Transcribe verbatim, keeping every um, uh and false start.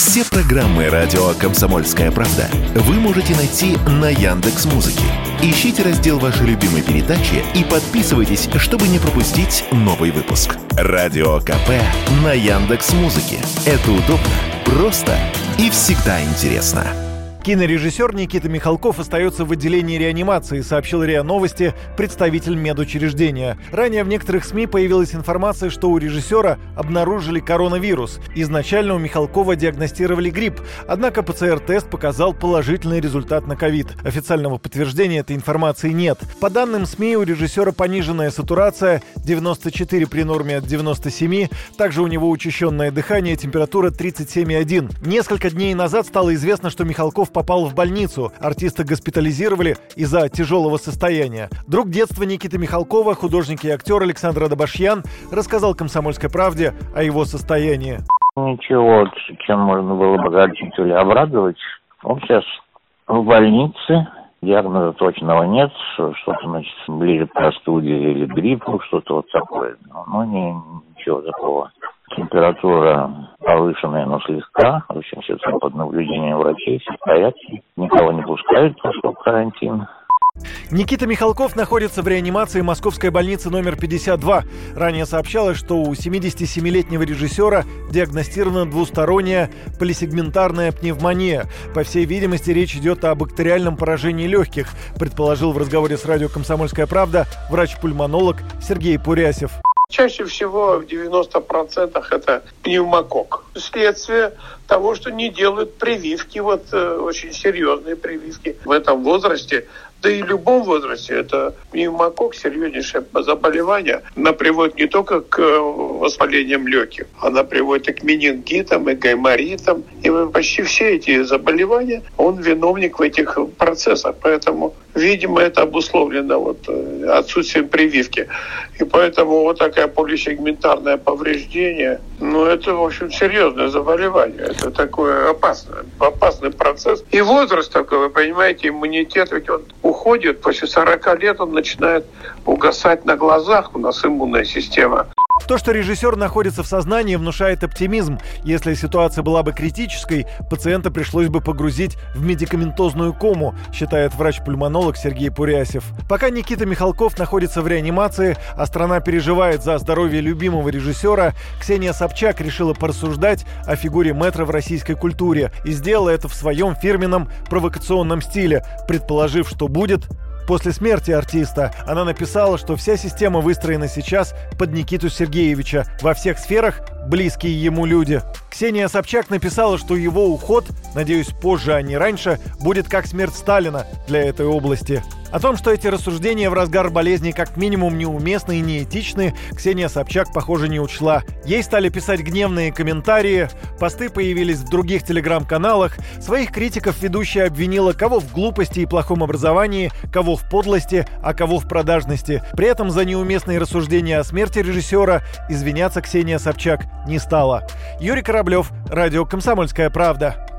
Все программы радио «Комсомольская правда» вы можете найти на Яндекс.Музыке. Ищите раздел вашей любимой передачи и подписывайтесь, чтобы не пропустить новый выпуск. Радио КП на Яндекс.Музыке. Это удобно, просто и всегда интересно. Кинорежиссер Никита Михалков остается в отделении реанимации, сообщил РИА Новости представитель медучреждения. Ранее в некоторых СМИ появилась информация, что у режиссера обнаружили коронавирус. Изначально у Михалкова диагностировали грипп, однако ПЦР-тест показал положительный результат на ковид. Официального подтверждения этой информации нет. По данным СМИ, у режиссера пониженная сатурация девяносто четыре при норме от девяноста семи, также у него учащенное дыхание, температура тридцать семь и один. Несколько дней назад стало известно, что Михалков попал в больницу. Артиста госпитализировали из-за тяжелого состояния. Друг детства Никиты Михалкова, художник и актер Александр Адабашьян, рассказал «Комсомольской правде» о его состоянии. Ничего, чем можно было бы родителей обрадовать. Он сейчас в больнице. Диагноза точного нет. Что-то, значит, ближе к простуде или гриппу, что-то вот такое. Но не, ничего такого. Температура повышенная, но слегка. В общем, все под наблюдением врачей, все в порядке. Никого не пускают, поскольку карантин. Никита Михалков находится в реанимации Московской больницы номер пятьдесят два. Ранее сообщалось, что у семидесятисемилетнего режиссера диагностирована двусторонняя полисегментарная пневмония. По всей видимости, речь идет о бактериальном поражении легких, предположил в разговоре с радио «Комсомольская правда» врач-пульмонолог Сергей Пурясев. Чаще всего в девяноста процентах это пневмококк. Следствие того, что не делают прививки, вот э, очень серьезные прививки в этом возрасте. Да и в любом возрасте это пневмококк, серьезнейшее заболевание. Она приводит не только к воспалениям легких, она приводит и к менингитам, и гайморитам. И почти все эти заболевания, он виновник в этих процессах. Поэтому, видимо, это обусловлено вот отсутствием прививки. И поэтому вот такое полисегментарное повреждение, ну это, в общем, серьезное заболевание. Это такой опасный, опасный процесс. И возраст такой, вы понимаете, иммунитет, ведь он уходит, после сорока лет он начинает угасать на глазах, у нас иммунная система. То, что режиссер находится в сознании, внушает оптимизм. Если ситуация была бы критической, пациента пришлось бы погрузить в медикаментозную кому, считает врач-пульмонолог Сергей Пурясев. Пока Никита Михалков находится в реанимации, а страна переживает за здоровье любимого режиссера, Ксения Собчак решила порассуждать о фигуре мэтра в российской культуре и сделала это в своем фирменном провокационном стиле, предположив, что будет после смерти артиста. Она написала, что вся система выстроена сейчас под Никиту Сергеевича. Во всех сферах близкие ему люди. Ксения Собчак написала, что его уход, надеюсь, позже, а не раньше, будет как смерть Сталина для этой области. О том, что эти рассуждения в разгар болезни как минимум неуместны и неэтичны, Ксения Собчак, похоже, не учла. Ей стали писать гневные комментарии, посты появились в других телеграм-каналах. Своих критиков ведущая обвинила кого в глупости и плохом образовании, кого в подлости, а кого в продажности. При этом за неуместные рассуждения о смерти режиссера извиняться Ксения Собчак не стала. Юрий Кораблев, радио «Комсомольская правда».